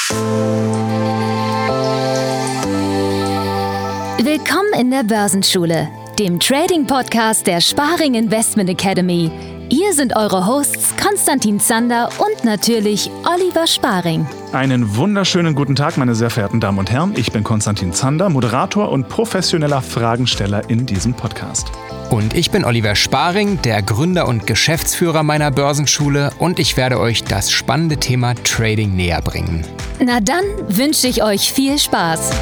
Willkommen in der Börsenschule, dem Trading-Podcast der Sparing Investment Academy. Hier sind eure Hosts Konstantin Zander und natürlich Oliver Sparing. Einen wunderschönen guten Tag, meine sehr verehrten Damen und Herren. Ich bin Konstantin Zander, Moderator und professioneller Fragensteller in diesem Podcast. Und ich bin Oliver Sparing, der Gründer und Geschäftsführer meiner Börsenschule, und ich werde euch das spannende Thema Trading näher bringen. Na dann wünsche ich euch viel Spaß.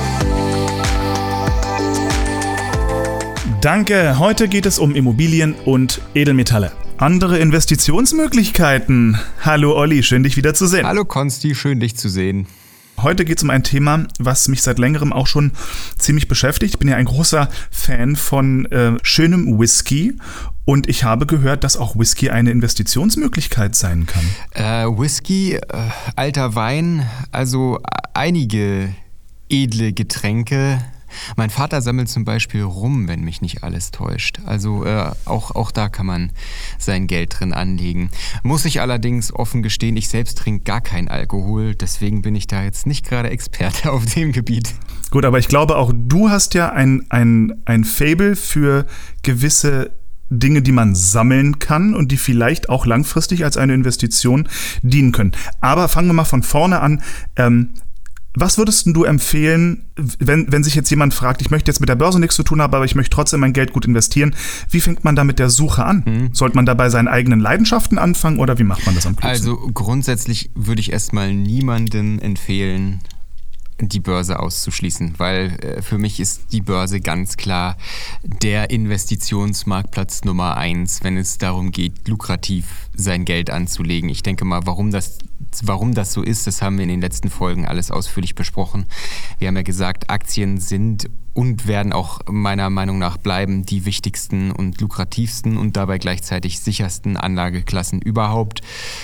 Danke, heute geht es um Immobilien und Edelmetalle. Andere Investitionsmöglichkeiten. Hallo Olli, schön dich wieder zu sehen. Hallo Konsti, schön dich zu sehen. Heute geht es um ein Thema, was mich seit längerem auch schon ziemlich beschäftigt. Ich bin ja ein großer Fan von schönem Whisky und ich habe gehört, dass auch Whisky eine Investitionsmöglichkeit sein kann. Whisky, alter Wein, also einige edle Getränke. Mein Vater sammelt zum Beispiel Rum, wenn mich nicht alles täuscht. Also auch da kann man sein Geld drin anlegen. Muss ich allerdings offen gestehen, ich selbst trinke gar keinen Alkohol. Deswegen bin ich da jetzt nicht gerade Experte auf dem Gebiet. Gut, aber ich glaube auch du hast ja ein Faible für gewisse Dinge, die man sammeln kann und die vielleicht auch langfristig als eine Investition dienen können. Aber fangen wir mal von vorne an. Was würdest du empfehlen, wenn sich jetzt jemand fragt, ich möchte jetzt mit der Börse nichts zu tun haben, aber ich möchte trotzdem mein Geld gut investieren? Wie fängt man da mit der Suche an? Sollte man da bei seinen eigenen Leidenschaften anfangen oder wie macht man das am klügsten? Also grundsätzlich würde ich erstmal niemandem empfehlen, die Börse auszuschließen, weil für mich ist die Börse ganz klar der Investitionsmarktplatz Nummer 1, wenn es darum geht, lukrativ sein Geld anzulegen. Ich denke mal, warum das so ist, das haben wir in den letzten Folgen alles ausführlich besprochen. Wir haben ja gesagt, Aktien sind und werden auch meiner Meinung nach bleiben die wichtigsten und lukrativsten und dabei gleichzeitig sichersten Anlageklassen überhaupt,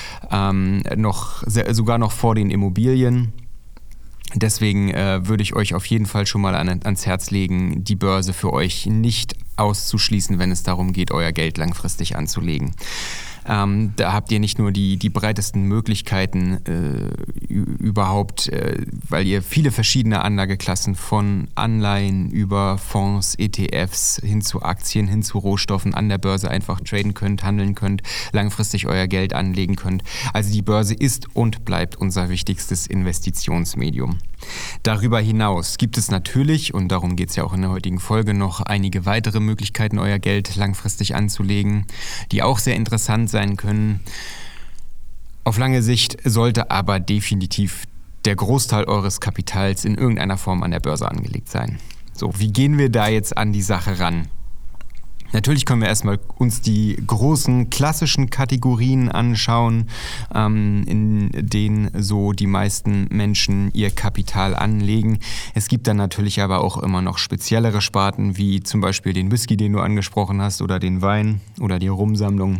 sogar noch vor den Immobilien. Deswegen würde ich euch auf jeden Fall schon mal ans Herz legen, die Börse für euch nicht auszuschließen, wenn es darum geht, euer Geld langfristig anzulegen. Da habt ihr nicht nur die breitesten Möglichkeiten überhaupt, weil ihr viele verschiedene Anlageklassen von Anleihen über Fonds, ETFs hin zu Aktien, hin zu Rohstoffen an der Börse einfach traden könnt, handeln könnt, langfristig euer Geld anlegen könnt. Also die Börse ist und bleibt unser wichtigstes Investitionsmedium. Darüber hinaus gibt es natürlich, und darum geht es ja auch in der heutigen Folge, noch einige weitere Möglichkeiten, euer Geld langfristig anzulegen, die auch sehr interessant sein können. Auf lange Sicht sollte aber definitiv der Großteil eures Kapitals in irgendeiner Form an der Börse angelegt sein. So, wie gehen wir da jetzt an die Sache ran? Natürlich können wir erstmal uns die großen klassischen Kategorien anschauen, in denen so die meisten Menschen ihr Kapital anlegen. Es gibt dann natürlich aber auch immer noch speziellere Sparten, wie zum Beispiel den Whisky, den du angesprochen hast, oder den Wein oder die Rumsammlung.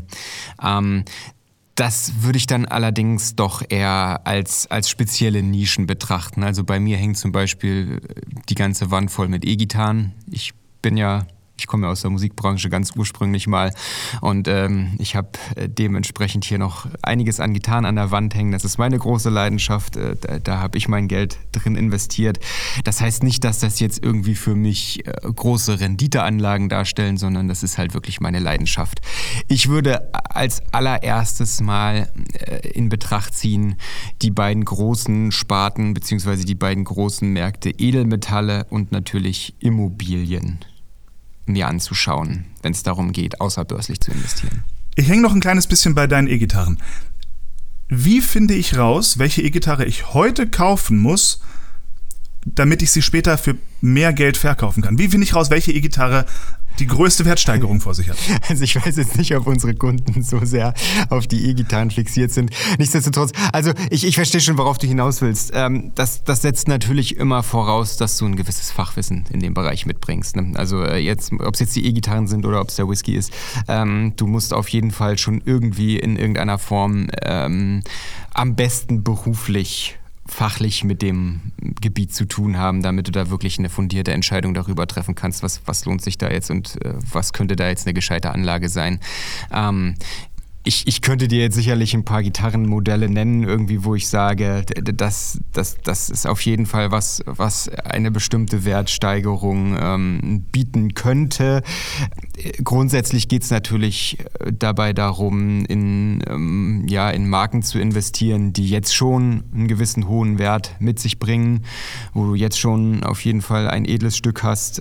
Das würde ich dann allerdings doch eher als spezielle Nischen betrachten. Also bei mir hängt zum Beispiel die ganze Wand voll mit E-Gitarren. Ich komme ja aus der Musikbranche ganz ursprünglich mal und ich habe dementsprechend hier noch einiges an Gitarren an der Wand hängen. Das ist meine große Leidenschaft. Da habe ich mein Geld drin investiert. Das heißt nicht, dass das jetzt irgendwie für mich große Renditeanlagen darstellen, sondern das ist halt wirklich meine Leidenschaft. Ich würde als allererstes mal in Betracht ziehen, die beiden großen Sparten bzw. die beiden großen Märkte Edelmetalle und natürlich Immobilien mir anzuschauen, wenn es darum geht, außerbörslich zu investieren. Ich hänge noch ein kleines bisschen bei deinen E-Gitarren. Wie finde ich raus, welche E-Gitarre ich heute kaufen muss, damit ich sie später für mehr Geld verkaufen kann? Wie finde ich raus, welche E-Gitarre die größte Wertsteigerung vor sich hat? Also ich weiß jetzt nicht, ob unsere Kunden so sehr auf die E-Gitarren fixiert sind. Nichtsdestotrotz, also ich verstehe schon, worauf du hinaus willst. Das setzt natürlich immer voraus, dass du ein gewisses Fachwissen in dem Bereich mitbringst. Ne? Also ob es jetzt die E-Gitarren sind oder ob es der Whisky ist, du musst auf jeden Fall schon irgendwie in irgendeiner Form am besten beruflich fachlich mit dem Gebiet zu tun haben, damit du da wirklich eine fundierte Entscheidung darüber treffen kannst, was lohnt sich da jetzt und was könnte da jetzt eine gescheite Anlage sein. Ich könnte dir jetzt sicherlich ein paar Gitarrenmodelle nennen, irgendwie, wo ich sage, das ist auf jeden Fall was eine bestimmte Wertsteigerung bieten könnte. Grundsätzlich geht es natürlich dabei darum, in Marken zu investieren, die jetzt schon einen gewissen hohen Wert mit sich bringen, wo du jetzt schon auf jeden Fall ein edles Stück hast,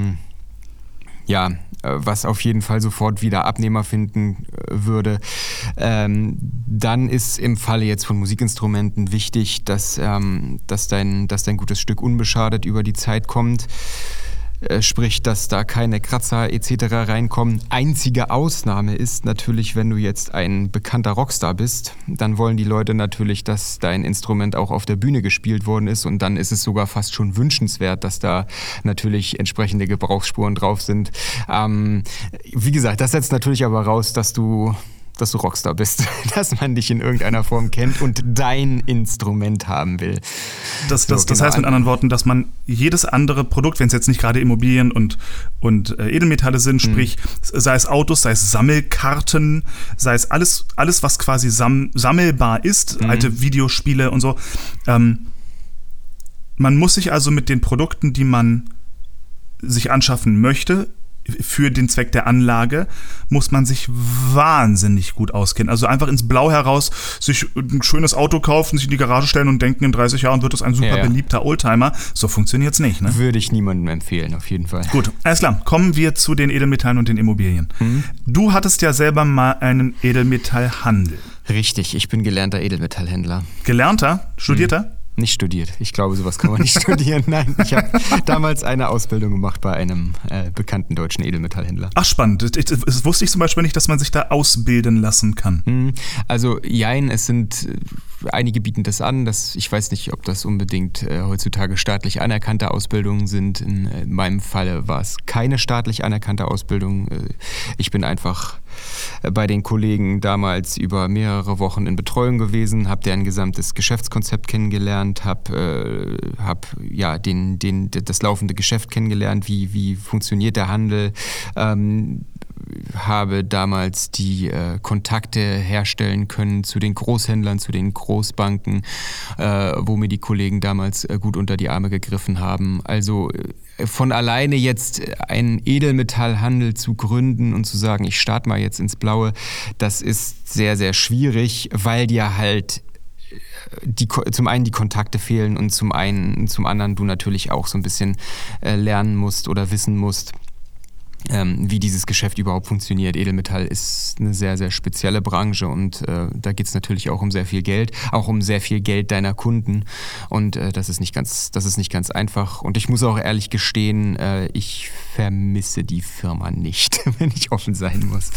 was auf jeden Fall sofort wieder Abnehmer finden würde. Dann ist im Falle jetzt von Musikinstrumenten wichtig, dass dein gutes Stück unbeschadet über die Zeit kommt. Sprich, dass da keine Kratzer etc. reinkommen. Einzige Ausnahme ist natürlich, wenn du jetzt ein bekannter Rockstar bist, dann wollen die Leute natürlich, dass dein Instrument auch auf der Bühne gespielt worden ist, und dann ist es sogar fast schon wünschenswert, dass da natürlich entsprechende Gebrauchsspuren drauf sind. Wie gesagt, das setzt natürlich aber raus, dass du Rockstar bist, dass man dich in irgendeiner Form kennt und dein Instrument haben will. Das heißt mit anderen Worten, dass man jedes andere Produkt, wenn es jetzt nicht gerade Immobilien und Edelmetalle sind, sprich, sei es Autos, sei es Sammelkarten, sei es alles was quasi sammelbar ist, alte Videospiele und so. Man muss sich also mit den Produkten, die man sich anschaffen möchte, für den Zweck der Anlage, muss man sich wahnsinnig gut auskennen. Also einfach ins Blau heraus sich ein schönes Auto kaufen, sich in die Garage stellen und denken, in 30 Jahren wird es ein super beliebter Oldtimer. So funktioniert's nicht, ne? Würde ich niemandem empfehlen, auf jeden Fall. Gut, alles klar. Kommen wir zu den Edelmetallen und den Immobilien. Du hattest ja selber mal einen Edelmetallhandel. Richtig, ich bin gelernter Edelmetallhändler. Gelernter? Studierter? Nicht studiert. Ich glaube, sowas kann man nicht studieren. Nein, ich habe damals eine Ausbildung gemacht bei einem bekannten deutschen Edelmetallhändler. Ach, spannend. Das wusste ich zum Beispiel nicht, dass man sich da ausbilden lassen kann. Also, einige bieten das an. Ich weiß nicht, ob das unbedingt heutzutage staatlich anerkannte Ausbildungen sind. In meinem Falle war es keine staatlich anerkannte Ausbildung. Ich bin einfach bei den Kollegen damals über mehrere Wochen in Betreuung gewesen, habe deren gesamtes Geschäftskonzept kennengelernt, habe das laufende Geschäft kennengelernt, wie funktioniert der Handel, habe damals die Kontakte herstellen können zu den Großhändlern, zu den Großbanken, wo mir die Kollegen damals gut unter die Arme gegriffen haben. Also von alleine jetzt einen Edelmetallhandel zu gründen und zu sagen, ich starte mal jetzt ins Blaue, das ist sehr, sehr schwierig, weil dir halt zum einen die Kontakte fehlen und zum anderen du natürlich auch so ein bisschen lernen musst oder wissen musst, wie dieses Geschäft überhaupt funktioniert. Edelmetall ist eine sehr, sehr spezielle Branche und da geht es natürlich auch um sehr viel Geld, auch um sehr viel Geld deiner Kunden, und das ist nicht ganz einfach, und ich muss auch ehrlich gestehen, ich vermisse die Firma nicht, wenn ich offen sein muss.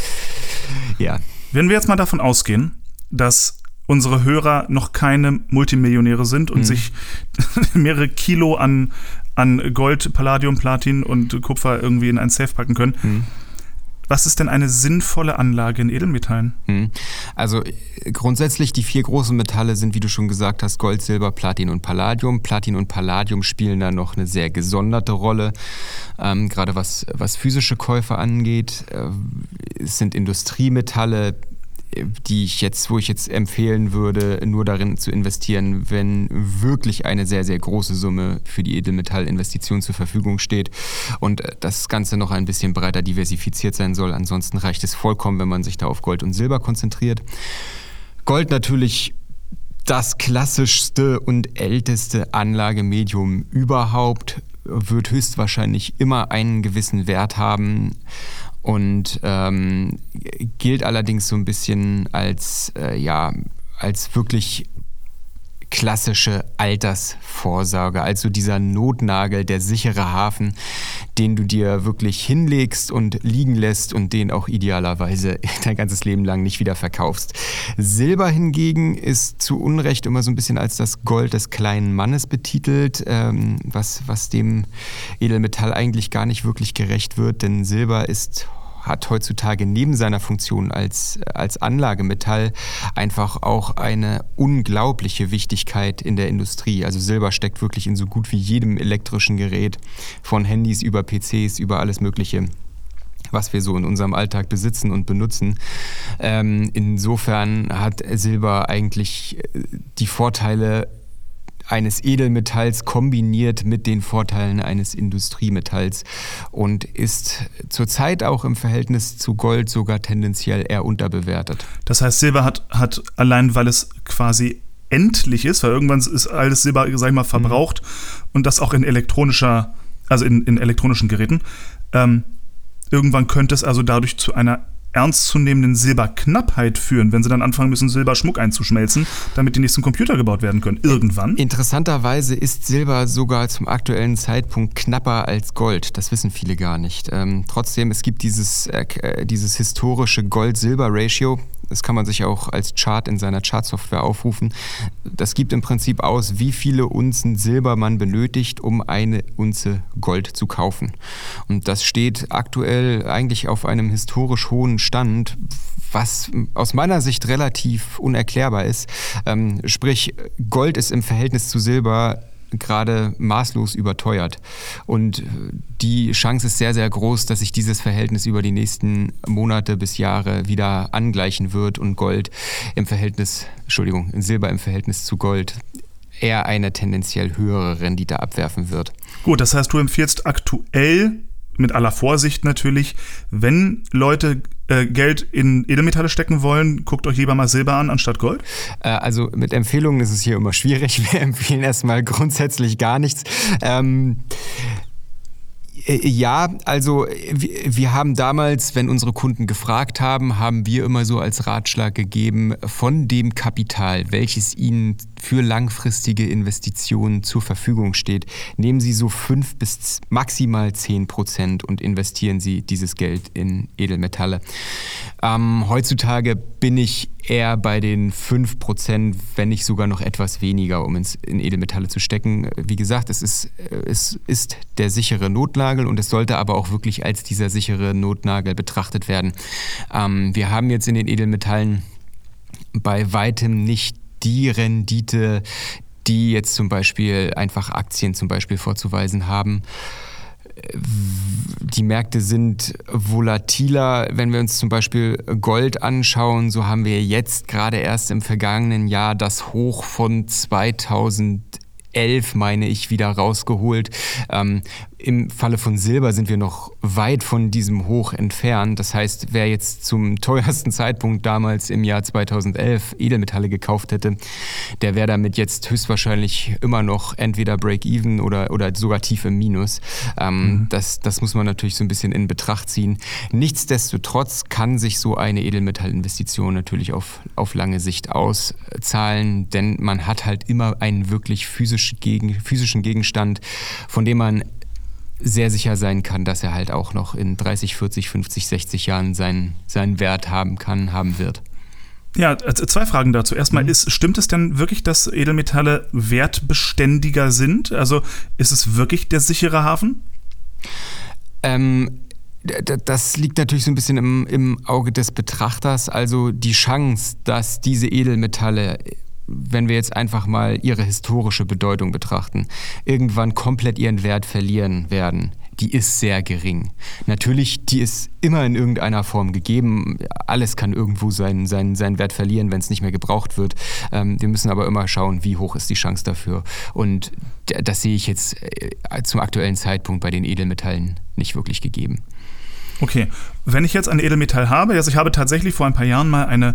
Ja. Wenn wir jetzt mal davon ausgehen, dass unsere Hörer noch keine Multimillionäre sind und sich mehrere Kilo an Gold, Palladium, Platin und Kupfer irgendwie in ein Safe packen können. Was ist denn eine sinnvolle Anlage in Edelmetallen? Also grundsätzlich die 4 großen Metalle sind, wie du schon gesagt hast, Gold, Silber, Platin und Palladium. Platin und Palladium spielen da noch eine sehr gesonderte Rolle, gerade was physische Käufe angeht. Es sind Industriemetalle, wo ich jetzt empfehlen würde, nur darin zu investieren, wenn wirklich eine sehr, sehr große Summe für die Edelmetallinvestition zur Verfügung steht und das Ganze noch ein bisschen breiter diversifiziert sein soll. Ansonsten reicht es vollkommen, wenn man sich da auf Gold und Silber konzentriert. Gold natürlich das klassischste und älteste Anlagemedium überhaupt, wird höchstwahrscheinlich immer einen gewissen Wert haben. Und gilt allerdings so ein bisschen als wirklich klassische Altersvorsorge, also dieser Notnagel, der sichere Hafen, den du dir wirklich hinlegst und liegen lässt und den auch idealerweise dein ganzes Leben lang nicht wieder verkaufst. Silber hingegen ist zu Unrecht immer so ein bisschen als das Gold des kleinen Mannes betitelt, was dem Edelmetall eigentlich gar nicht wirklich gerecht wird, denn Silber hat heutzutage neben seiner Funktion als Anlagemetall einfach auch eine unglaubliche Wichtigkeit in der Industrie. Also Silber steckt wirklich in so gut wie jedem elektrischen Gerät, von Handys über PCs, über alles Mögliche. was wir so in unserem Alltag besitzen und benutzen. Insofern hat Silber eigentlich die Vorteile eines Edelmetalls kombiniert mit den Vorteilen eines Industriemetalls und ist zurzeit auch im Verhältnis zu Gold sogar tendenziell eher unterbewertet. Das heißt, Silber hat allein, weil es quasi endlich ist, weil irgendwann ist alles Silber, sag ich mal, verbraucht und das auch in elektronischer, also in elektronischen Geräten. Irgendwann könnte es also dadurch zu einer ernstzunehmenden Silberknappheit führen, wenn sie dann anfangen müssen, Silberschmuck einzuschmelzen, damit die nächsten Computer gebaut werden können. Irgendwann. Interessanterweise ist Silber sogar zum aktuellen Zeitpunkt knapper als Gold. Das wissen viele gar nicht. Trotzdem, es gibt dieses historische Gold-Silber-Ratio. Das kann man sich auch als Chart in seiner Chartsoftware aufrufen. Das gibt im Prinzip aus, wie viele Unzen Silber man benötigt, um eine Unze Gold zu kaufen. Und das steht aktuell eigentlich auf einem historisch hohen Stand, was aus meiner Sicht relativ unerklärbar ist. Sprich, Gold ist im Verhältnis zu Silber gerade maßlos überteuert. Und die Chance ist sehr, sehr groß, dass sich dieses Verhältnis über die nächsten Monate bis Jahre wieder angleichen wird und Silber im Verhältnis zu Gold eher eine tendenziell höhere Rendite abwerfen wird. Gut, das heißt, du empfiehlst aktuell, mit aller Vorsicht natürlich, wenn Leute Geld in Edelmetalle stecken wollen, guckt euch lieber mal Silber an anstatt Gold? Also mit Empfehlungen ist es hier immer schwierig. Wir empfehlen erstmal grundsätzlich gar nichts. Ja, also wir haben damals, wenn unsere Kunden gefragt haben, haben wir immer so als Ratschlag gegeben, von dem Kapital, welches ihnen für langfristige Investitionen zur Verfügung steht, nehmen Sie so 5 bis maximal 10% und investieren Sie dieses Geld in Edelmetalle. Heutzutage bin ich eher bei den 5%, wenn nicht sogar noch etwas weniger, um in Edelmetalle zu stecken. Wie gesagt, es ist der sichere Notnagel und es sollte aber auch wirklich als dieser sichere Notnagel betrachtet werden. Wir haben jetzt in den Edelmetallen bei weitem nicht die Rendite, die jetzt zum Beispiel einfach Aktien zum Beispiel vorzuweisen haben. Die Märkte sind volatiler. Wenn wir uns zum Beispiel Gold anschauen, so haben wir jetzt gerade erst im vergangenen Jahr das Hoch von 2011, meine ich, wieder rausgeholt. Im Falle von Silber sind wir noch weit von diesem Hoch entfernt. Das heißt, wer jetzt zum teuersten Zeitpunkt damals im Jahr 2011 Edelmetalle gekauft hätte, der wäre damit jetzt höchstwahrscheinlich immer noch entweder Break-Even oder sogar tief im Minus. Das muss man natürlich so ein bisschen in Betracht ziehen. Nichtsdestotrotz kann sich so eine Edelmetallinvestition natürlich auf lange Sicht auszahlen, denn man hat halt immer einen wirklich physischen Gegenstand, von dem man sehr sicher sein kann, dass er halt auch noch in 30, 40, 50, 60 Jahren seinen Wert haben wird. Ja, 2 Fragen dazu. Erstmal, stimmt es denn wirklich, dass Edelmetalle wertbeständiger sind? Also ist es wirklich der sichere Hafen? Das liegt natürlich so ein bisschen im Auge des Betrachters. Also die Chance, dass diese Edelmetalle, wenn wir jetzt einfach mal ihre historische Bedeutung betrachten, irgendwann komplett ihren Wert verlieren werden, die ist sehr gering. Natürlich, die ist immer in irgendeiner Form gegeben. Alles kann irgendwo seinen Wert verlieren, wenn es nicht mehr gebraucht wird. Wir müssen aber immer schauen, wie hoch ist die Chance dafür. Und das sehe ich jetzt zum aktuellen Zeitpunkt bei den Edelmetallen nicht wirklich gegeben. Okay, wenn ich jetzt ein Edelmetall habe, also ich habe tatsächlich vor ein paar Jahren mal ein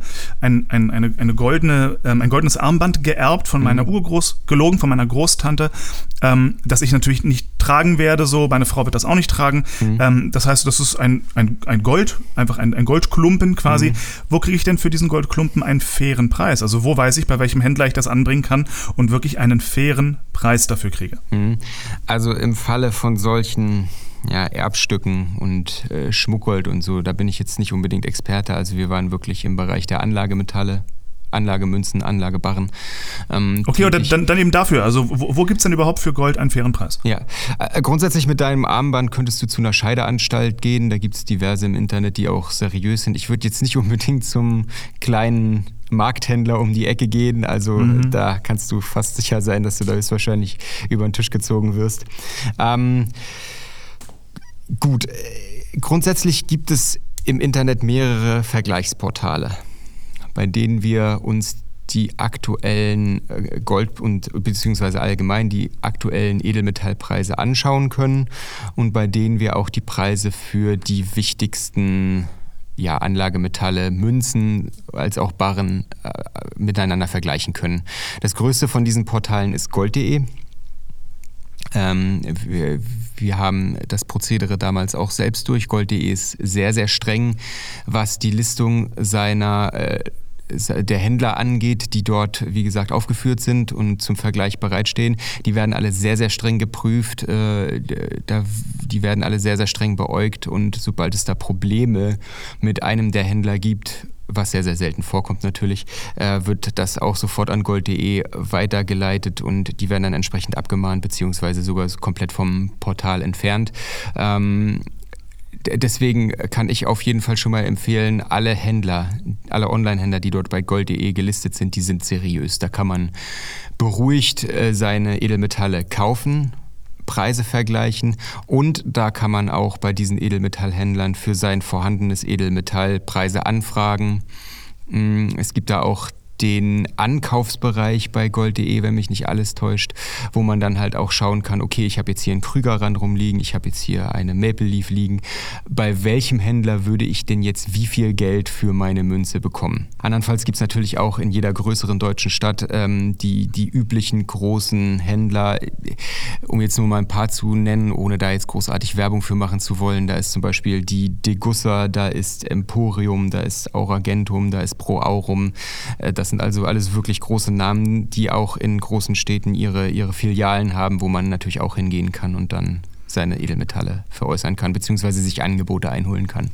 goldenes Armband geerbt von meiner gelogen von meiner Großtante, das ich natürlich nicht tragen werde, so, meine Frau wird das auch nicht tragen. Das heißt, das ist ein Gold, einfach ein Goldklumpen quasi. Wo kriege ich denn für diesen Goldklumpen einen fairen Preis? Also wo weiß ich, bei welchem Händler ich das anbringen kann und wirklich einen fairen Preis dafür kriege? Also im Falle von solchen Erbstücken und Schmuckgold und so, da bin ich jetzt nicht unbedingt Experte. Also wir waren wirklich im Bereich der Anlagemetalle, Anlagemünzen, Anlagebarren. Okay, oder dann eben dafür. Also wo gibt es denn überhaupt für Gold einen fairen Preis? Ja, grundsätzlich mit deinem Armband könntest du zu einer Scheideanstalt gehen. Da gibt es diverse im Internet, die auch seriös sind. Ich würde jetzt nicht unbedingt zum kleinen Markthändler um die Ecke gehen. Also da kannst du fast sicher sein, dass du da höchstwahrscheinlich über den Tisch gezogen wirst. Gut, Grundsätzlich gibt es im Internet mehrere Vergleichsportale, bei denen wir uns die aktuellen Gold- und beziehungsweise allgemein die aktuellen Edelmetallpreise anschauen können und bei denen wir auch die Preise für die wichtigsten Anlagemetalle, Münzen als auch Barren miteinander vergleichen können. Das größte von diesen Portalen ist Gold.de. Wir haben das Prozedere damals auch selbst durch. Gold.de ist sehr, sehr streng, was die Listung der Händler angeht, die dort, wie gesagt, aufgeführt sind und zum Vergleich bereitstehen. Die werden alle sehr, sehr streng geprüft, die werden alle sehr, sehr streng beäugt und sobald es da Probleme mit einem der Händler gibt, was sehr, sehr selten vorkommt natürlich, wird das auch sofort an Gold.de weitergeleitet und die werden dann entsprechend abgemahnt beziehungsweise sogar komplett vom Portal entfernt. Deswegen kann ich auf jeden Fall schon mal empfehlen, alle Online-Händler, die dort bei Gold.de gelistet sind, die sind seriös. Da kann man beruhigt seine Edelmetalle kaufen, Preise vergleichen und da kann man auch bei diesen Edelmetallhändlern für sein vorhandenes Edelmetall Preise anfragen. Es gibt da auch den Ankaufsbereich bei Gold.de, wenn mich nicht alles täuscht, wo man dann halt auch schauen kann, okay, ich habe jetzt hier einen Krügerrand rumliegen, ich habe jetzt hier eine Maple Leaf liegen. Bei welchem Händler würde ich denn jetzt wie viel Geld für meine Münze bekommen? Andernfalls gibt es natürlich auch in jeder größeren deutschen Stadt die üblichen großen Händler, um jetzt nur mal ein paar zu nennen, ohne da jetzt großartig Werbung für machen zu wollen. Da ist zum Beispiel die Degussa, da ist Emporium, da ist Auragentum, da ist Pro Aurum. Das sind also alles wirklich große Namen, die auch in großen Städten ihre Filialen haben, wo man natürlich auch hingehen kann und dann seine Edelmetalle veräußern kann, beziehungsweise sich Angebote einholen kann.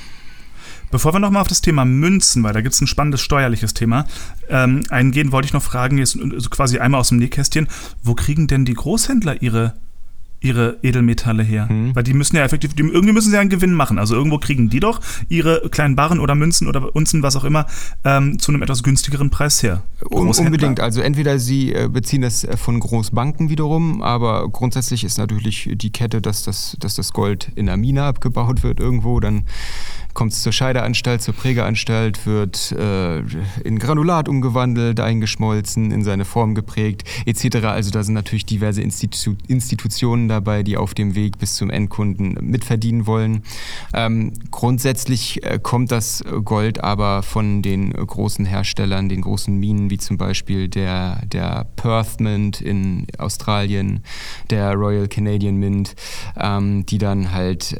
Bevor wir nochmal auf das Thema Münzen, weil da gibt es ein spannendes steuerliches Thema, eingehen, wollte ich noch fragen, jetzt so quasi einmal aus dem Nähkästchen, wo kriegen denn die Großhändler ihre Edelmetalle her? Weil die müssen ja effektiv, irgendwie müssen sie ja einen Gewinn machen. Also irgendwo kriegen die doch ihre kleinen Barren oder Münzen oder Unzen, was auch immer, zu einem etwas günstigeren Preis her. Unbedingt. Also entweder sie beziehen das von Großbanken wiederum, aber grundsätzlich ist natürlich die Kette, dass das Gold in der Mine abgebaut wird irgendwo, dann kommt es zur Scheideanstalt, zur Prägeanstalt, wird in Granulat umgewandelt, eingeschmolzen, in seine Form geprägt, etc. Also da sind natürlich diverse Institutionen dabei, die auf dem Weg bis zum Endkunden mitverdienen wollen. Grundsätzlich kommt das Gold aber von den großen Herstellern, den großen Minen, wie zum Beispiel der Perth Mint in Australien, der Royal Canadian Mint, die dann halt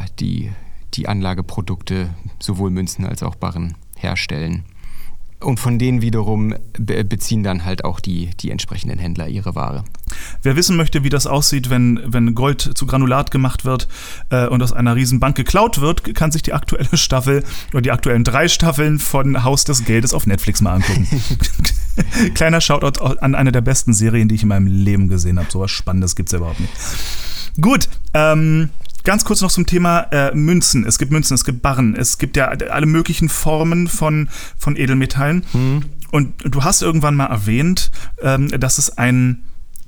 die Anlageprodukte, sowohl Münzen als auch Barren, herstellen. Und von denen wiederum beziehen dann halt auch die entsprechenden Händler ihre Ware. Wer wissen möchte, wie das aussieht, wenn Gold zu Granulat gemacht wird und aus einer Riesenbank geklaut wird, kann sich die aktuelle Staffel oder die aktuellen 3 Staffeln von Haus des Geldes auf Netflix mal angucken. Kleiner Shoutout an eine der besten Serien, die ich in meinem Leben gesehen habe. So was Spannendes gibt es ja überhaupt nicht. Gut, ganz kurz noch zum Thema Münzen. Es gibt Münzen, es gibt Barren, es gibt ja alle möglichen Formen von Edelmetallen. Und du hast irgendwann mal erwähnt, dass es einen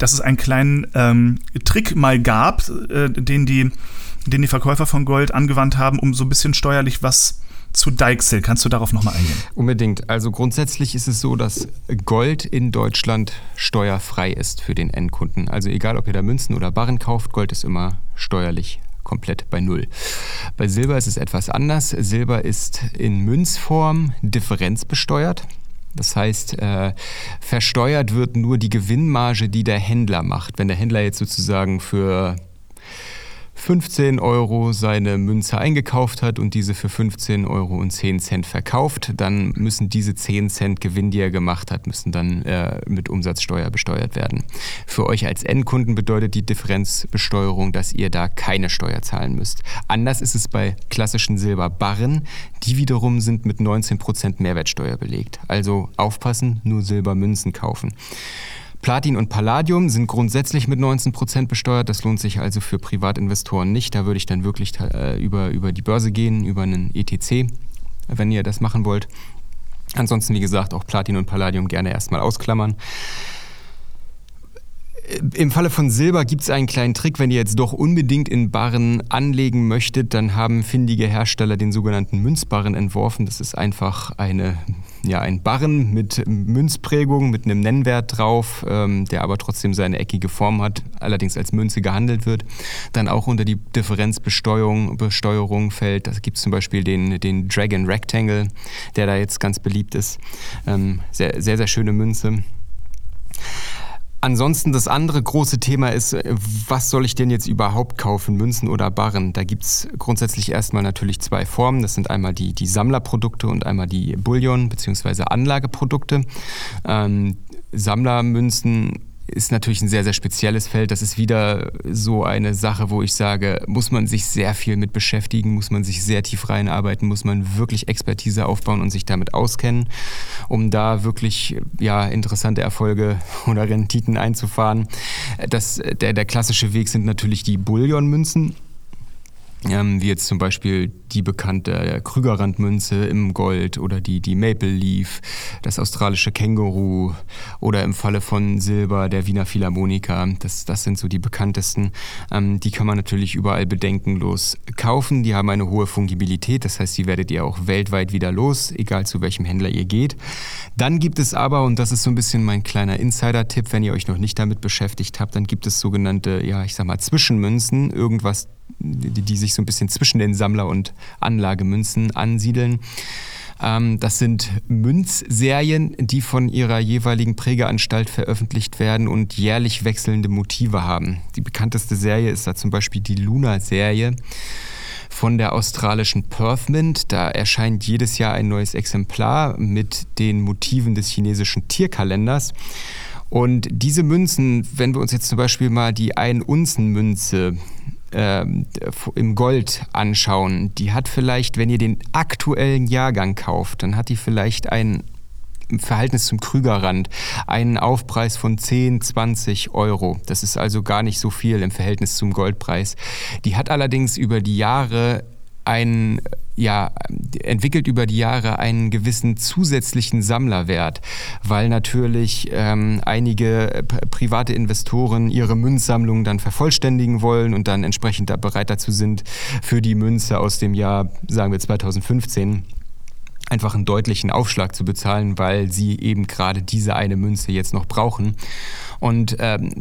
kleinen Trick mal gab, den die Verkäufer von Gold angewandt haben, um so ein bisschen steuerlich was zu deichseln. Kannst du darauf nochmal eingehen? Unbedingt. Also grundsätzlich ist es so, dass Gold in Deutschland steuerfrei ist für den Endkunden. Also egal, ob ihr da Münzen oder Barren kauft, Gold ist immer steuerlich komplett bei Null. Bei Silber ist es etwas anders. Silber ist in Münzform differenzbesteuert. Das heißt, versteuert wird nur die Gewinnmarge, die der Händler macht. Wenn der Händler jetzt sozusagen für 15 € seine Münze eingekauft hat und diese für 15 € 10 verkauft, dann müssen diese 10 Cent Gewinn, die er gemacht hat, müssen dann mit Umsatzsteuer besteuert werden. Für euch als Endkunden bedeutet die Differenzbesteuerung, dass ihr da keine Steuer zahlen müsst. Anders ist es bei klassischen Silberbarren, die wiederum sind mit 19% Mehrwertsteuer belegt. Also aufpassen, nur Silbermünzen kaufen. Platin und Palladium sind grundsätzlich mit 19% besteuert. Das lohnt sich also für Privatinvestoren nicht. Da würde ich dann wirklich über die Börse gehen, über einen ETC, wenn ihr das machen wollt. Ansonsten, wie gesagt, auch Platin und Palladium gerne erstmal ausklammern. Im Falle von Silber gibt es einen kleinen Trick. Wenn ihr jetzt doch unbedingt in Barren anlegen möchtet, dann haben findige Hersteller den sogenannten Münzbarren entworfen. Das ist einfach ein Barren mit Münzprägung, mit einem Nennwert drauf, der aber trotzdem seine eckige Form hat, allerdings als Münze gehandelt wird. Dann auch unter die Differenzbesteuerung fällt. Da gibt es zum Beispiel den Dragon Rectangle, der da jetzt ganz beliebt ist. Sehr, sehr, sehr schöne Münze. Ansonsten das andere große Thema ist, was soll ich denn jetzt überhaupt kaufen, Münzen oder Barren? Da gibt es grundsätzlich erstmal natürlich zwei Formen. Das sind einmal die Sammlerprodukte und einmal die Bullion- bzw. Anlageprodukte. Sammlermünzen ist natürlich ein sehr, sehr spezielles Feld. Das ist wieder so eine Sache, wo ich sage, muss man sich sehr viel mit beschäftigen, muss man sich sehr tief reinarbeiten, muss man wirklich Expertise aufbauen und sich damit auskennen, um da wirklich interessante Erfolge oder Renditen einzufahren. Der klassische Weg sind natürlich die Bullion-Münzen. Wie jetzt zum Beispiel die bekannte Krügerrandmünze im Gold oder die Maple Leaf, das australische Känguru oder im Falle von Silber der Wiener Philharmoniker. Das sind so die bekanntesten. Die kann man natürlich überall bedenkenlos kaufen. Die haben eine hohe Fungibilität, das heißt, die werdet ihr auch weltweit wieder los, egal zu welchem Händler ihr geht. Dann gibt es aber, und das ist so ein bisschen mein kleiner Insider-Tipp, wenn ihr euch noch nicht damit beschäftigt habt, dann gibt es sogenannte, Zwischenmünzen, irgendwas, die sich so ein bisschen zwischen den Sammler- und Anlagemünzen ansiedeln. Das sind Münzserien, die von ihrer jeweiligen Prägeanstalt veröffentlicht werden und jährlich wechselnde Motive haben. Die bekannteste Serie ist da zum Beispiel die Luna-Serie von der australischen Perth Mint. Da erscheint jedes Jahr ein neues Exemplar mit den Motiven des chinesischen Tierkalenders. Und diese Münzen, wenn wir uns jetzt zum Beispiel mal die 1-Unzen-Münze im Gold anschauen, die hat vielleicht, wenn ihr den aktuellen Jahrgang kauft, dann hat die vielleicht im Verhältnis zum Krügerrand einen Aufpreis von 10, 20 Euro. Das ist also gar nicht so viel im Verhältnis zum Goldpreis. Die hat allerdings entwickelt über die Jahre einen gewissen zusätzlichen Sammlerwert, weil natürlich einige private Investoren ihre Münzsammlung dann vervollständigen wollen und dann entsprechend da bereit dazu sind, für die Münze aus dem Jahr, sagen wir 2015, einfach einen deutlichen Aufschlag zu bezahlen, weil sie eben gerade diese eine Münze jetzt noch brauchen. Und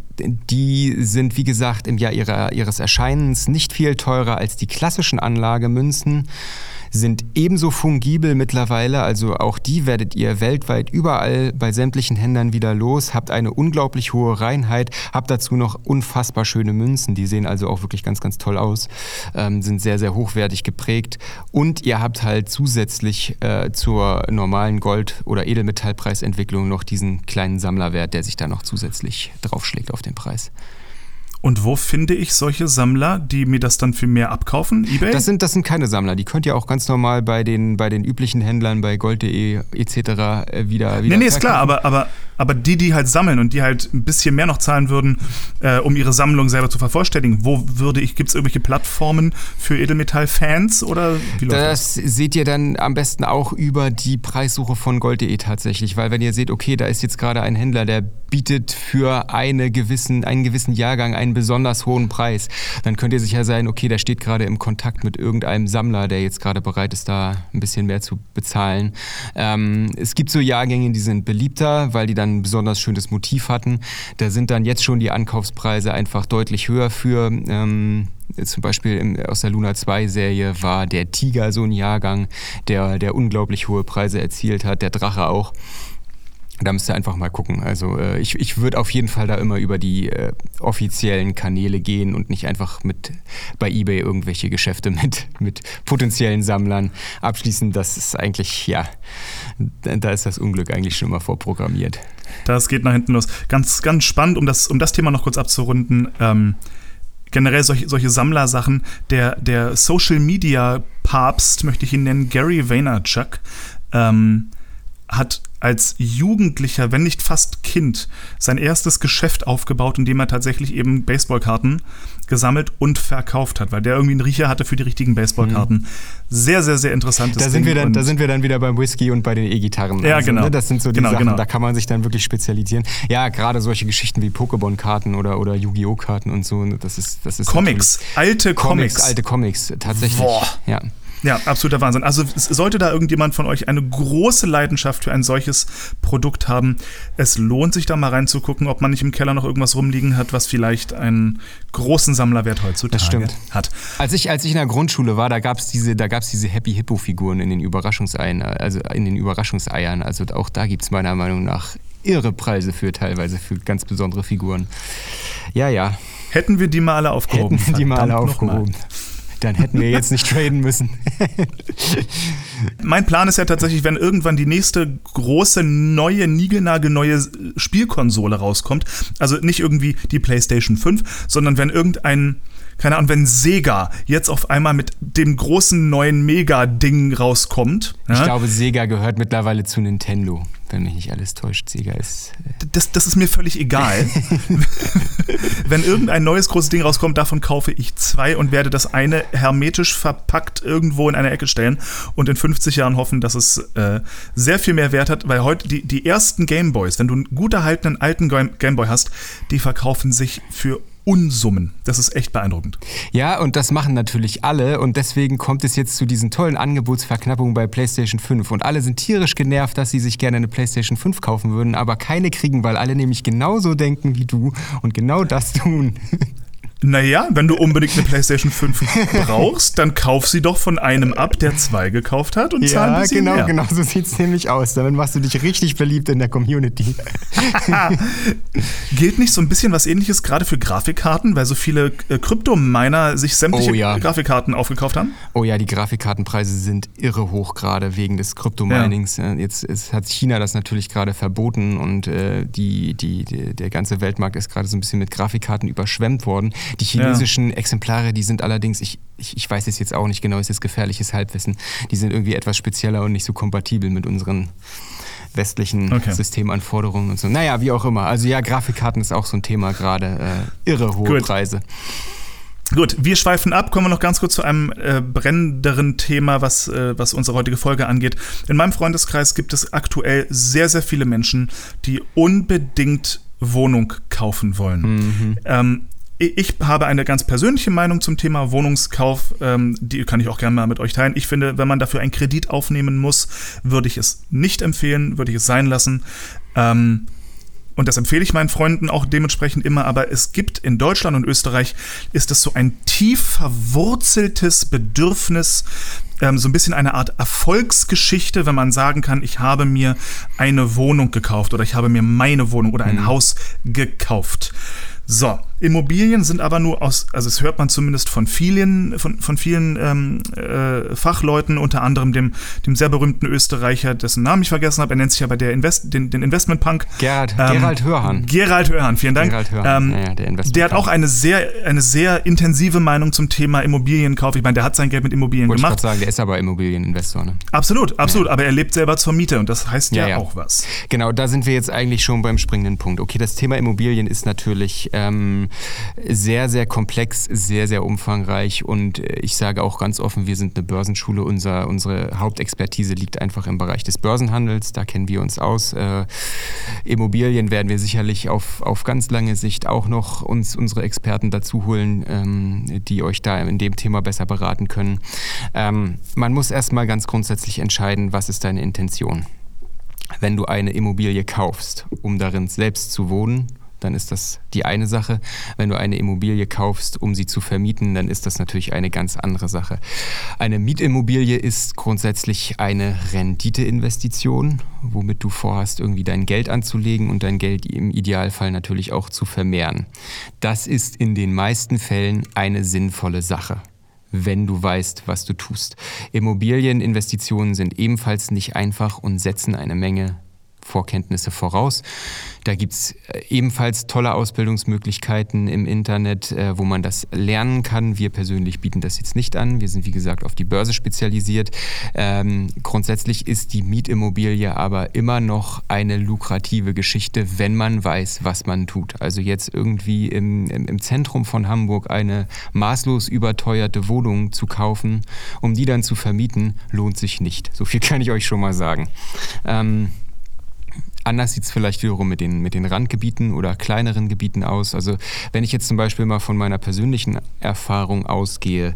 die sind, wie gesagt, im Jahr ihres Erscheinens nicht viel teurer als die klassischen Anlagemünzen, sind ebenso fungibel mittlerweile, also auch die werdet ihr weltweit überall bei sämtlichen Händlern wieder los, habt eine unglaublich hohe Reinheit, habt dazu noch unfassbar schöne Münzen, die sehen also auch wirklich ganz, ganz toll aus, sind sehr, sehr hochwertig geprägt und ihr habt halt zusätzlich zur normalen Gold- oder Edelmetallpreisentwicklung noch diesen kleinen Sammlerwert, der sich da noch zusätzlich draufschlägt auf den Preis. Und wo finde ich solche Sammler, die mir das dann für mehr abkaufen? eBay? Das sind keine Sammler. Die könnt ihr auch ganz normal bei den üblichen Händlern, bei Gold.de etc. wieder Nee, ist klar, aber die halt sammeln und die halt ein bisschen mehr noch zahlen würden, um ihre Sammlung selber zu vervollständigen. Gibt es irgendwelche Plattformen für Edelmetall-Fans oder wie läuft das? Das seht ihr dann am besten auch über die Preissuche von Gold.de tatsächlich, weil wenn ihr seht, okay, da ist jetzt gerade ein Händler, der bietet für einen gewissen Jahrgang einen besonders hohen Preis, dann könnt ihr sicher sein, okay, der steht gerade im Kontakt mit irgendeinem Sammler, der jetzt gerade bereit ist, da ein bisschen mehr zu bezahlen. Es gibt so Jahrgänge, die sind beliebter, weil die dann ein besonders schönes Motiv hatten. Da sind dann jetzt schon die Ankaufspreise einfach deutlich höher für. Zum Beispiel aus der Luna 2 Serie war der Tiger so ein Jahrgang, der unglaublich hohe Preise erzielt hat, der Drache auch. Da müsst ihr einfach mal gucken. Also ich würde auf jeden Fall da immer über die offiziellen Kanäle gehen und nicht einfach bei eBay irgendwelche Geschäfte mit potenziellen Sammlern abschließen. Das ist eigentlich, da ist das Unglück eigentlich schon mal vorprogrammiert. Das geht nach hinten los. Ganz, ganz spannend, um das Thema noch kurz abzurunden. Generell solche Sammlersachen. Der Social-Media-Papst, möchte ich ihn nennen, Gary Vaynerchuk, hat als Jugendlicher, wenn nicht fast Kind, sein erstes Geschäft aufgebaut, in dem er tatsächlich eben Baseballkarten gesammelt und verkauft hat, weil der irgendwie einen Riecher hatte für die richtigen Baseballkarten. Sehr, sehr, sehr interessantes Da sind wir dann wieder beim Whisky und bei den E-Gitarren. Ja, genau. Ne? Das sind so die Sachen, da kann man sich dann wirklich spezialisieren. Ja, gerade solche Geschichten wie Pokémon-Karten oder Yu-Gi-Oh!-Karten und so, das ist Comics, alte Comics, tatsächlich. Boah. Ja. Ja, absoluter Wahnsinn. Also sollte da irgendjemand von euch eine große Leidenschaft für ein solches Produkt haben, es lohnt sich da mal reinzugucken, ob man nicht im Keller noch irgendwas rumliegen hat, was vielleicht einen großen Sammlerwert heutzutage hat. Als ich in der Grundschule war, da gab's diese Happy Hippo Figuren in den Überraschungseiern, also auch da gibt's meiner Meinung nach irre Preise teilweise für ganz besondere Figuren. Ja. Hätten wir die mal alle aufgehoben. Dann hätten wir jetzt nicht traden müssen. Mein Plan ist ja tatsächlich, wenn irgendwann die nächste große, niegelnagelneue Spielkonsole rauskommt, also nicht irgendwie die PlayStation 5, sondern wenn wenn Sega jetzt auf einmal mit dem großen neuen Mega-Ding rauskommt. Ja? Ich glaube, Sega gehört mittlerweile zu Nintendo, wenn mich nicht alles täuscht. Sega ist... Das ist mir völlig egal. Wenn irgendein neues großes Ding rauskommt, davon kaufe ich 2 und werde das eine hermetisch verpackt irgendwo in eine Ecke stellen und in 50 Jahren hoffen, dass es sehr viel mehr Wert hat, weil heute die ersten Gameboys, wenn du einen gut erhaltenen alten Gameboy hast, die verkaufen sich für Unsummen. Das ist echt beeindruckend. Ja, und das machen natürlich alle und deswegen kommt es jetzt zu diesen tollen Angebotsverknappungen bei PlayStation 5 und alle sind tierisch genervt, dass sie sich gerne eine PlayStation 5 kaufen würden, aber keine kriegen, weil alle nämlich genauso denken wie du und genau das tun. Naja, wenn du unbedingt eine PlayStation 5 brauchst, dann kauf sie doch von einem ab, der 2 gekauft hat und zahl ein bisschen mehr. Ja, genau so sieht es nämlich aus. Damit machst du dich richtig beliebt in der Community. Gilt nicht so ein bisschen was Ähnliches gerade für Grafikkarten, weil so viele Kryptominer sich sämtliche Grafikkarten aufgekauft haben? Oh ja, die Grafikkartenpreise sind irre hoch gerade wegen des Kryptominings. Ja. Jetzt hat China das natürlich gerade verboten und der ganze Weltmarkt ist gerade so ein bisschen mit Grafikkarten überschwemmt worden. Die chinesischen Exemplare, die sind allerdings, ich weiß es jetzt auch nicht genau, es ist gefährliches Halbwissen, die sind irgendwie etwas spezieller und nicht so kompatibel mit unseren westlichen Systemanforderungen und so. Naja, wie auch immer. Also ja, Grafikkarten ist auch so ein Thema gerade. Irre hohe Preise. Gut, wir schweifen ab. Kommen wir noch ganz kurz zu einem brennenderen Thema, was unsere heutige Folge angeht. In meinem Freundeskreis gibt es aktuell sehr, sehr viele Menschen, die unbedingt Wohnung kaufen wollen. Mhm. Ich habe eine ganz persönliche Meinung zum Thema Wohnungskauf, die kann ich auch gerne mal mit euch teilen. Ich finde, wenn man dafür einen Kredit aufnehmen muss, würde ich es nicht empfehlen, würde ich es sein lassen. Und das empfehle ich meinen Freunden auch dementsprechend immer, aber es gibt in Deutschland und Österreich, ist es so ein tief verwurzeltes Bedürfnis, so ein bisschen eine Art Erfolgsgeschichte, wenn man sagen kann, ich habe mir eine Wohnung gekauft oder ich habe mir meine Wohnung oder ein Haus gekauft. So, Immobilien sind aber nur also das hört man zumindest von vielen Fachleuten, unter anderem dem sehr berühmten Österreicher, dessen Namen ich vergessen habe, er nennt sich aber den Investmentpunk. Gerald Hörhan. Gerald Hörhan, vielen Dank. Gerald Hörhan, der hat auch eine sehr intensive Meinung zum Thema Immobilienkauf. Ich meine, der hat sein Geld mit Immobilien gemacht. Wollte ich gerade sagen, der ist aber Immobilieninvestor, ne? Absolut, ja. Aber er lebt selber zur Miete und das heißt ja auch was. Genau, da sind wir jetzt eigentlich schon beim springenden Punkt. Okay, das Thema Immobilien ist natürlich sehr, sehr komplex, sehr, sehr umfangreich und ich sage auch ganz offen, wir sind eine Börsenschule, unsere Hauptexpertise liegt einfach im Bereich des Börsenhandels, da kennen wir uns aus. Immobilien werden wir sicherlich auf ganz lange Sicht auch noch unsere Experten dazu holen, die euch da in dem Thema besser beraten können. Man muss erstmal ganz grundsätzlich entscheiden, was ist deine Intention. Wenn du eine Immobilie kaufst, um darin selbst zu wohnen, dann ist das die eine Sache. Wenn du eine Immobilie kaufst, um sie zu vermieten, dann ist das natürlich eine ganz andere Sache. Eine Mietimmobilie ist grundsätzlich eine Renditeinvestition, womit du vorhast, irgendwie dein Geld anzulegen und dein Geld im Idealfall natürlich auch zu vermehren. Das ist in den meisten Fällen eine sinnvolle Sache, wenn du weißt, was du tust. Immobilieninvestitionen sind ebenfalls nicht einfach und setzen eine Menge Vorkenntnisse voraus. Da gibt es ebenfalls tolle Ausbildungsmöglichkeiten im Internet, wo man das lernen kann. Wir persönlich bieten das jetzt nicht an. Wir sind, wie gesagt, auf die Börse spezialisiert. Grundsätzlich ist die Mietimmobilie aber immer noch eine lukrative Geschichte, wenn man weiß, was man tut. Also jetzt irgendwie im Zentrum von Hamburg eine maßlos überteuerte Wohnung zu kaufen, um die dann zu vermieten, lohnt sich nicht. So viel kann ich euch schon mal sagen. Anders sieht es vielleicht wiederum mit den Randgebieten oder kleineren Gebieten aus. Also wenn ich jetzt zum Beispiel mal von meiner persönlichen Erfahrung ausgehe,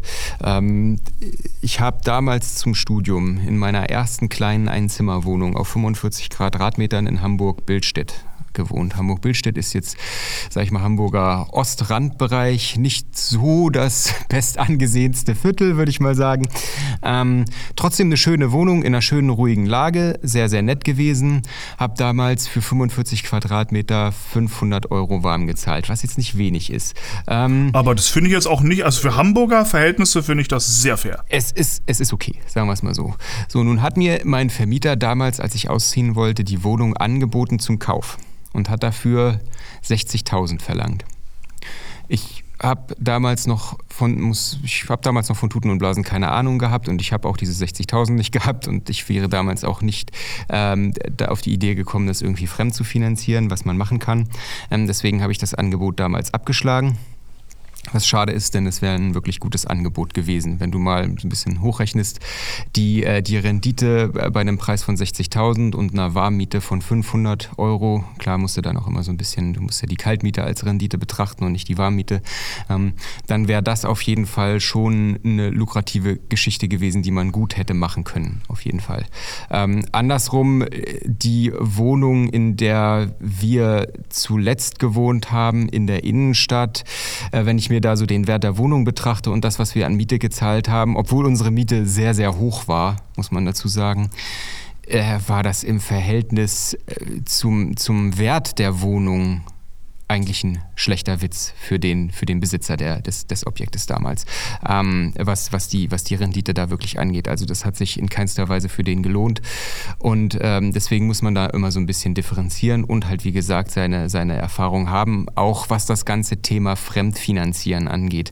ich habe damals zum Studium in meiner ersten kleinen Einzimmerwohnung auf 45 Quadratmetern in Hamburg-Billstedt gewohnt. Hamburg-Billstedt ist jetzt, sag ich mal, Hamburger Ostrandbereich, nicht so das bestangesehenste Viertel, würde ich mal sagen. Trotzdem eine schöne Wohnung in einer schönen, ruhigen Lage, sehr, sehr nett gewesen. Habe damals für 45 Quadratmeter 500 € warm gezahlt, was jetzt nicht wenig ist. Aber das finde ich jetzt auch nicht, also für Hamburger Verhältnisse finde ich das sehr fair. Es ist okay, sagen wir es mal so. So, nun hat mir mein Vermieter damals, als ich ausziehen wollte, die Wohnung angeboten zum Kauf und hat dafür 60.000 verlangt. Ich habe damals noch von Tuten und Blasen keine Ahnung gehabt und ich habe auch diese 60.000 nicht gehabt und ich wäre damals auch nicht da auf die Idee gekommen, das irgendwie fremd zu finanzieren, was man machen kann. Deswegen habe ich das Angebot damals abgeschlagen. Was schade ist, denn es wäre ein wirklich gutes Angebot gewesen. Wenn du mal ein bisschen hochrechnest, die Rendite bei einem Preis von 60.000 und einer Warmmiete von 500 €, klar musst du dann auch immer so ein bisschen, du musst ja die Kaltmiete als Rendite betrachten und nicht die Warmmiete, dann wäre das auf jeden Fall schon eine lukrative Geschichte gewesen, die man gut hätte machen können, auf jeden Fall. Andersrum, die Wohnung, in der wir zuletzt gewohnt haben, in der Innenstadt, wenn ich mir da so den Wert der Wohnung betrachte und das, was wir an Miete gezahlt haben, obwohl unsere Miete sehr, sehr hoch war, muss man dazu sagen, war das im Verhältnis zum Wert der Wohnung eigentlich ein schlechter Witz für den Besitzer des Objektes damals, was die Rendite da wirklich angeht. Also das hat sich in keinster Weise für den gelohnt und deswegen muss man da immer so ein bisschen differenzieren und halt wie gesagt seine Erfahrung haben, auch was das ganze Thema Fremdfinanzieren angeht.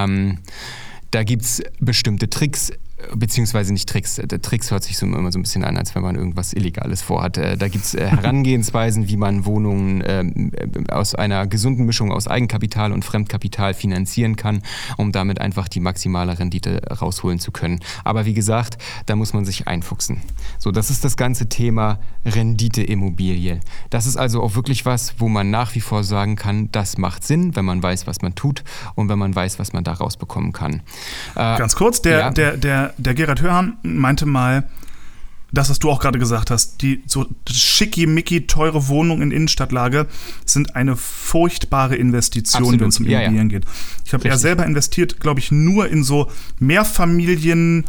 Da gibt's bestimmte Tricks, beziehungsweise nicht Tricks. Tricks hört sich immer so ein bisschen an, als wenn man irgendwas Illegales vorhat. Da gibt es Herangehensweisen, wie man Wohnungen aus einer gesunden Mischung aus Eigenkapital und Fremdkapital finanzieren kann, um damit einfach die maximale Rendite rausholen zu können. Aber wie gesagt, da muss man sich einfuchsen. So, das ist das ganze Thema Renditeimmobilie. Das ist also auch wirklich was, wo man nach wie vor sagen kann, das macht Sinn, wenn man weiß, was man tut und wenn man weiß, was man da rausbekommen kann. Ganz kurz, der Gerhard Hörhan meinte mal, das, was du auch gerade gesagt hast, die so schickimicki teure Wohnung in Innenstadtlage sind eine furchtbare Investition, wenn es um Immobilien geht. Ich habe ja selber investiert, glaube ich, nur in so Mehrfamilien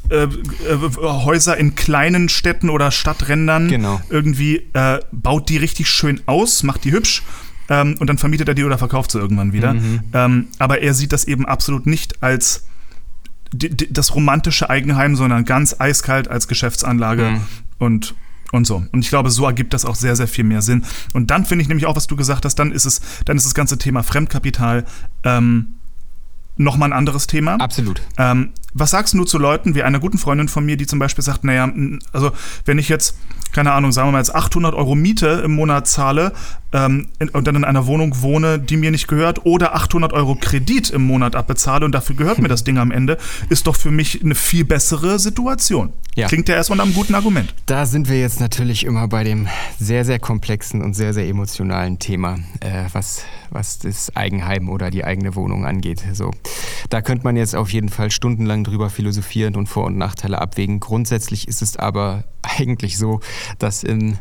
Häuser in kleinen Städten oder Stadträndern. Genau. Irgendwie baut die richtig schön aus, macht die hübsch. Und dann vermietet er die oder verkauft sie irgendwann wieder. Aber er sieht das eben absolut nicht als das romantische Eigenheim, sondern ganz eiskalt als Geschäftsanlage und so. Und ich glaube, so ergibt das auch sehr, sehr viel mehr Sinn. Und dann finde ich nämlich auch, was du gesagt hast, dann ist das ganze Thema Fremdkapital nochmal ein anderes Thema. Absolut. Was sagst du zu Leuten, wie einer guten Freundin von mir, die zum Beispiel sagt, naja, also wenn ich jetzt, keine Ahnung, sagen wir mal jetzt 800 € Miete im Monat zahle und dann in einer Wohnung wohne, die mir nicht gehört, oder 800 € Kredit im Monat abbezahle und dafür gehört mir das Ding am Ende, ist doch für mich eine viel bessere Situation. Ja. Klingt ja erstmal nach einem guten Argument. Da sind wir jetzt natürlich immer bei dem sehr, sehr komplexen und sehr, sehr emotionalen Thema, was das Eigenheim oder die eigene Wohnung angeht. So, da könnte man jetzt auf jeden Fall stundenlang drüber philosophieren und Vor- und Nachteile abwägen. Grundsätzlich ist es aber eigentlich so, dass in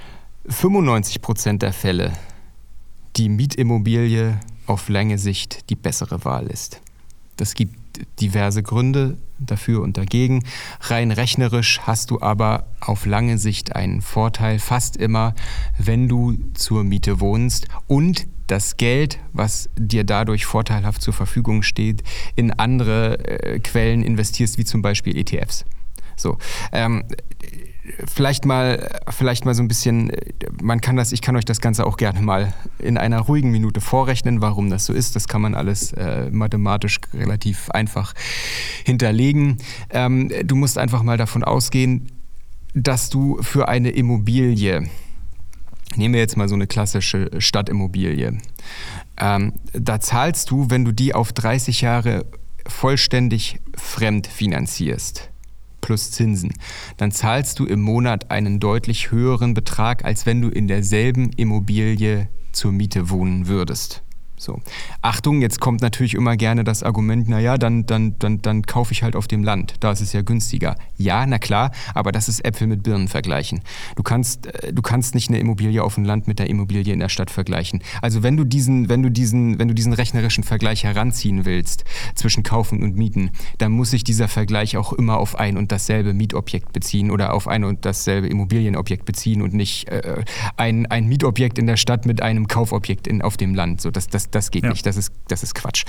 95% der Fälle die Mietimmobilie auf lange Sicht die bessere Wahl ist. Das gibt diverse Gründe dafür und dagegen. Rein rechnerisch hast du aber auf lange Sicht einen Vorteil, fast immer, wenn du zur Miete wohnst und das Geld, was dir dadurch vorteilhaft zur Verfügung steht, in andere Quellen investierst, wie zum Beispiel ETFs. So, vielleicht mal so ein bisschen, ich kann euch das Ganze auch gerne mal in einer ruhigen Minute vorrechnen, warum das so ist. Das kann man alles mathematisch relativ einfach hinterlegen. Du musst einfach mal davon ausgehen, dass du für eine Immobilie, nehmen wir jetzt mal so eine klassische Stadtimmobilie, da zahlst du, wenn du die auf 30 Jahre vollständig fremd finanzierst, plus Zinsen, dann zahlst du im Monat einen deutlich höheren Betrag, als wenn du in derselben Immobilie zur Miete wohnen würdest. So. Achtung, jetzt kommt natürlich immer gerne das Argument, naja, dann kaufe ich halt auf dem Land, da ist es ja günstiger. Ja, na klar, aber das ist Äpfel mit Birnen vergleichen. Du kannst nicht eine Immobilie auf dem Land mit der Immobilie in der Stadt vergleichen. Also wenn du diesen rechnerischen Vergleich heranziehen willst zwischen Kaufen und Mieten, dann muss sich dieser Vergleich auch immer auf ein und dasselbe Mietobjekt beziehen oder auf ein und dasselbe Immobilienobjekt beziehen und nicht ein Mietobjekt in der Stadt mit einem Kaufobjekt auf dem Land. So, das geht nicht, das ist Quatsch.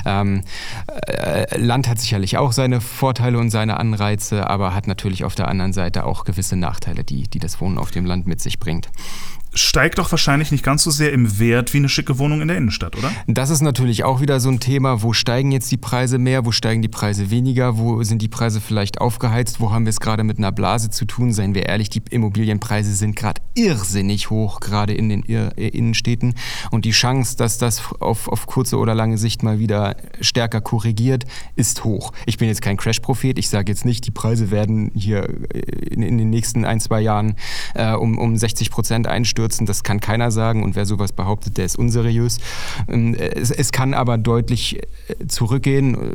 Land hat sicherlich auch seine Vorteile und seine Anreize, aber hat natürlich auf der anderen Seite auch gewisse Nachteile, die das Wohnen auf dem Land mit sich bringt. Steigt doch wahrscheinlich nicht ganz so sehr im Wert wie eine schicke Wohnung in der Innenstadt, oder? Das ist natürlich auch wieder so ein Thema, wo steigen jetzt die Preise mehr, wo steigen die Preise weniger, wo sind die Preise vielleicht aufgeheizt, wo haben wir es gerade mit einer Blase zu tun, seien wir ehrlich, die Immobilienpreise sind gerade irrsinnig hoch, gerade in den Innenstädten und die Chance, dass das auf kurze oder lange Sicht mal wieder stärker korrigiert, ist hoch. Ich bin jetzt kein Crash-Prophet, ich sage jetzt nicht, die Preise werden hier in den nächsten 1-2 Jahren um 60% einstürzen. Das kann keiner sagen und wer sowas behauptet, der ist unseriös. Es kann aber deutlich zurückgehen.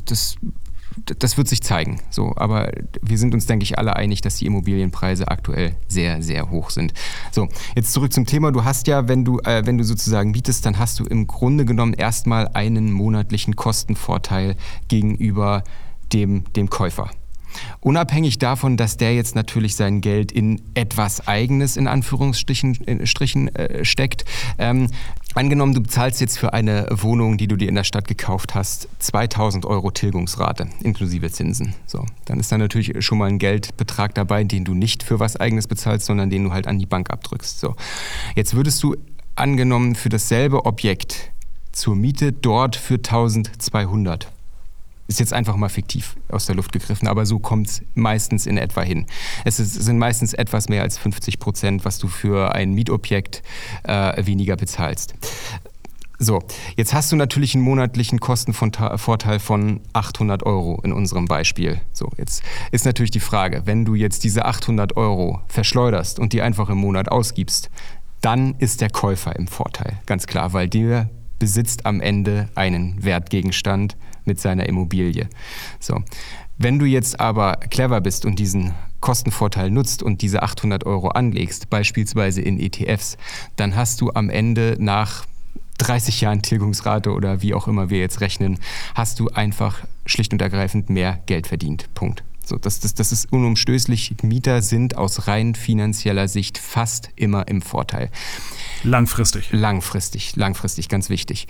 Das wird sich zeigen. So, aber wir sind uns, denke ich, alle einig, dass die Immobilienpreise aktuell sehr, sehr hoch sind. So, jetzt zurück zum Thema. Du hast ja, wenn du sozusagen mietest, dann hast du im Grunde genommen erstmal einen monatlichen Kostenvorteil gegenüber dem Käufer. Unabhängig davon, dass der jetzt natürlich sein Geld in etwas Eigenes, in Anführungsstrichen, steckt. Angenommen, du zahlst jetzt für eine Wohnung, die du dir in der Stadt gekauft hast, 2.000 € Tilgungsrate, inklusive Zinsen. So, dann ist da natürlich schon mal ein Geldbetrag dabei, den du nicht für was Eigenes bezahlst, sondern den du halt an die Bank abdrückst. So, jetzt würdest du angenommen für dasselbe Objekt zur Miete dort für 1.200. Ist jetzt einfach mal fiktiv aus der Luft gegriffen, aber so kommt es meistens in etwa hin. Es sind meistens etwas mehr als 50%, was du für ein Mietobjekt weniger bezahlst. So, jetzt hast du natürlich einen monatlichen Kostenvorteil von 800 € in unserem Beispiel. So, jetzt ist natürlich die Frage, wenn du jetzt diese 800 € verschleuderst und die einfach im Monat ausgibst, dann ist der Käufer im Vorteil, ganz klar, weil der besitzt am Ende einen Wertgegenstand mit seiner Immobilie. So. Wenn du jetzt aber clever bist und diesen Kostenvorteil nutzt und diese 800 € anlegst, beispielsweise in ETFs, dann hast du am Ende nach 30 Jahren Tilgungsrate oder wie auch immer wir jetzt rechnen, hast du einfach schlicht und ergreifend mehr Geld verdient. Punkt. So, das ist unumstößlich. Mieter sind aus rein finanzieller Sicht fast immer im Vorteil. Langfristig, ganz wichtig.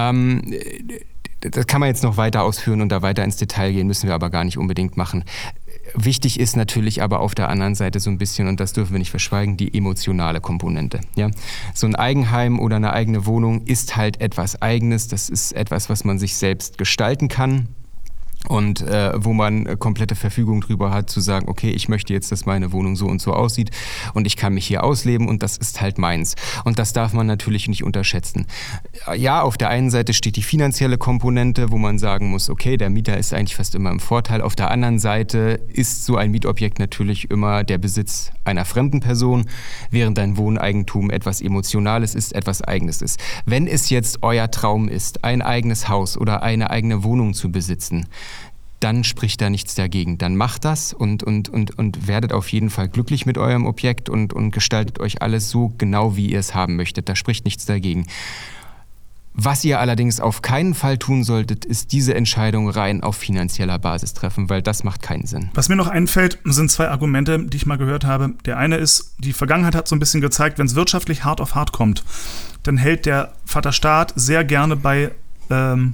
Das kann man jetzt noch weiter ausführen und da weiter ins Detail gehen, müssen wir aber gar nicht unbedingt machen. Wichtig ist natürlich aber auf der anderen Seite so ein bisschen, und das dürfen wir nicht verschweigen, die emotionale Komponente. Ja? So ein Eigenheim oder eine eigene Wohnung ist halt etwas Eigenes, das ist etwas, was man sich selbst gestalten kann. Und wo man komplette Verfügung drüber hat, zu sagen, okay, ich möchte jetzt, dass meine Wohnung so und so aussieht und ich kann mich hier ausleben und das ist halt meins. Und das darf man natürlich nicht unterschätzen. Ja, auf der einen Seite steht die finanzielle Komponente, wo man sagen muss, okay, der Mieter ist eigentlich fast immer im Vorteil. Auf der anderen Seite ist so ein Mietobjekt natürlich immer der Besitz einer fremden Person, während dein Wohneigentum etwas Emotionales ist, etwas Eigenes ist. Wenn es jetzt euer Traum ist, ein eigenes Haus oder eine eigene Wohnung zu besitzen, dann spricht da nichts dagegen. Dann macht das und werdet auf jeden Fall glücklich mit eurem Objekt und gestaltet euch alles so genau, wie ihr es haben möchtet. Da spricht nichts dagegen. Was ihr allerdings auf keinen Fall tun solltet, ist diese Entscheidung rein auf finanzieller Basis treffen, weil das macht keinen Sinn. Was mir noch einfällt, sind 2 Argumente, die ich mal gehört habe. Der eine ist, die Vergangenheit hat so ein bisschen gezeigt, wenn es wirtschaftlich hart auf hart kommt, dann hält der Vater Staat sehr gerne bei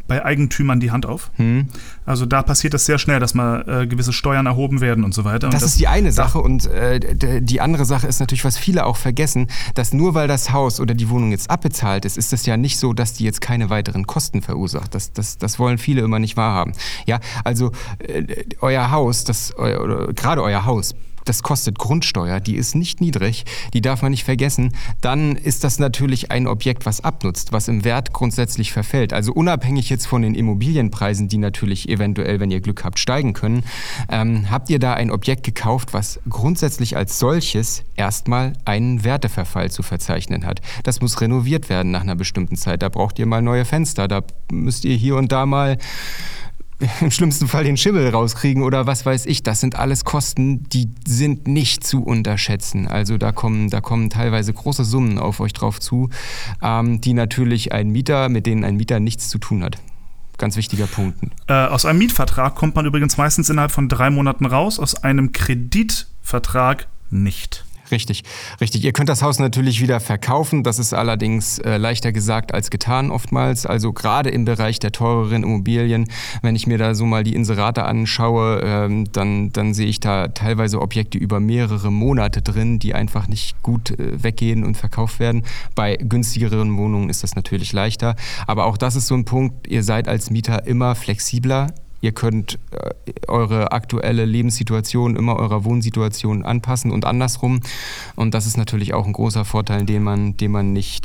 bei Eigentümern die Hand auf. Also da passiert das sehr schnell, dass mal gewisse Steuern erhoben werden und so weiter. Das ist die eine Sache und die andere Sache ist natürlich, was viele auch vergessen, dass nur weil das Haus oder die Wohnung jetzt abbezahlt ist, ist das ja nicht so, dass die jetzt keine weiteren Kosten verursacht. Das wollen viele immer nicht wahrhaben. Ja, also euer Haus, gerade euer Haus, das kostet Grundsteuer, die ist nicht niedrig, die darf man nicht vergessen. Dann ist das natürlich ein Objekt, was abnutzt, was im Wert grundsätzlich verfällt. Also unabhängig jetzt von den Immobilienpreisen, die natürlich eventuell, wenn ihr Glück habt, steigen können, habt ihr da ein Objekt gekauft, was grundsätzlich als solches erstmal einen Werteverfall zu verzeichnen hat. Das muss renoviert werden nach einer bestimmten Zeit. Da braucht ihr mal neue Fenster, da müsst ihr hier und da mal im schlimmsten Fall den Schimmel rauskriegen oder was weiß ich. Das sind alles Kosten, die sind nicht zu unterschätzen. Also da kommen teilweise große Summen auf euch drauf zu, die natürlich mit denen ein Mieter nichts zu tun hat. Ganz wichtiger Punkt. Aus einem Mietvertrag kommt man übrigens meistens innerhalb von 3 Monaten raus, aus einem Kreditvertrag nicht. Richtig. Ihr könnt das Haus natürlich wieder verkaufen. Das ist allerdings leichter gesagt als getan oftmals. Also gerade im Bereich der teureren Immobilien, wenn ich mir da so mal die Inserate anschaue, dann sehe ich da teilweise Objekte über mehrere Monate drin, die einfach nicht gut weggehen und verkauft werden. Bei günstigeren Wohnungen ist das natürlich leichter. Aber auch das ist so ein Punkt, ihr seid als Mieter immer flexibler. Ihr könnt eure aktuelle Lebenssituation immer eurer Wohnsituation anpassen und andersrum. Und das ist natürlich auch ein großer Vorteil, den man nicht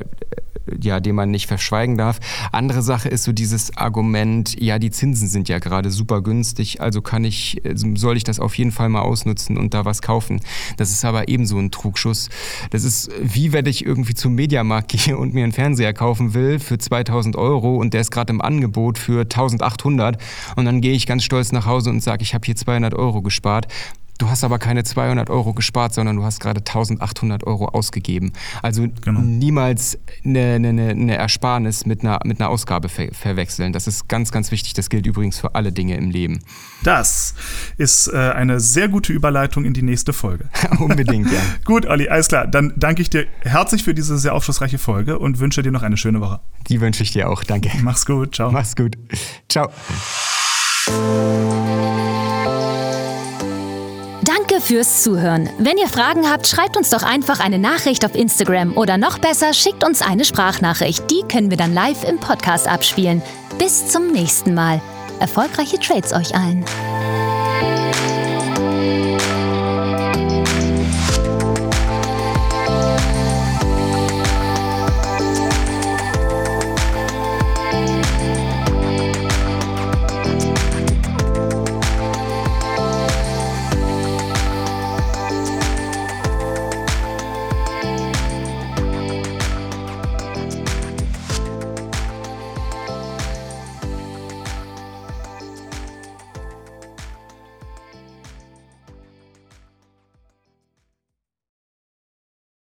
verschweigen darf. Andere Sache ist so dieses Argument, ja, die Zinsen sind ja gerade super günstig, also soll ich das auf jeden Fall mal ausnutzen und da was kaufen. Das ist aber ebenso ein Trugschuss. Das ist wie wenn ich irgendwie zum Mediamarkt gehe und mir einen Fernseher kaufen will für 2.000 € und der ist gerade im Angebot für 1.800 und dann gehe ich ganz stolz nach Hause und sage, ich habe hier 200 € gespart. Du hast aber keine 200 € gespart, sondern du hast gerade 1.800 € ausgegeben. Also niemals eine Ersparnis mit einer Ausgabe verwechseln. Das ist ganz, ganz wichtig. Das gilt übrigens für alle Dinge im Leben. Das ist eine sehr gute Überleitung in die nächste Folge. Unbedingt, ja. Gut, Olli, alles klar. Dann danke ich dir herzlich für diese sehr aufschlussreiche Folge und wünsche dir noch eine schöne Woche. Die wünsche ich dir auch. Danke. Mach's gut. Ciao. Mach's gut. Ciao. Danke fürs Zuhören. Wenn ihr Fragen habt, schreibt uns doch einfach eine Nachricht auf Instagram oder noch besser, schickt uns eine Sprachnachricht. Die können wir dann live im Podcast abspielen. Bis zum nächsten Mal. Erfolgreiche Trades euch allen.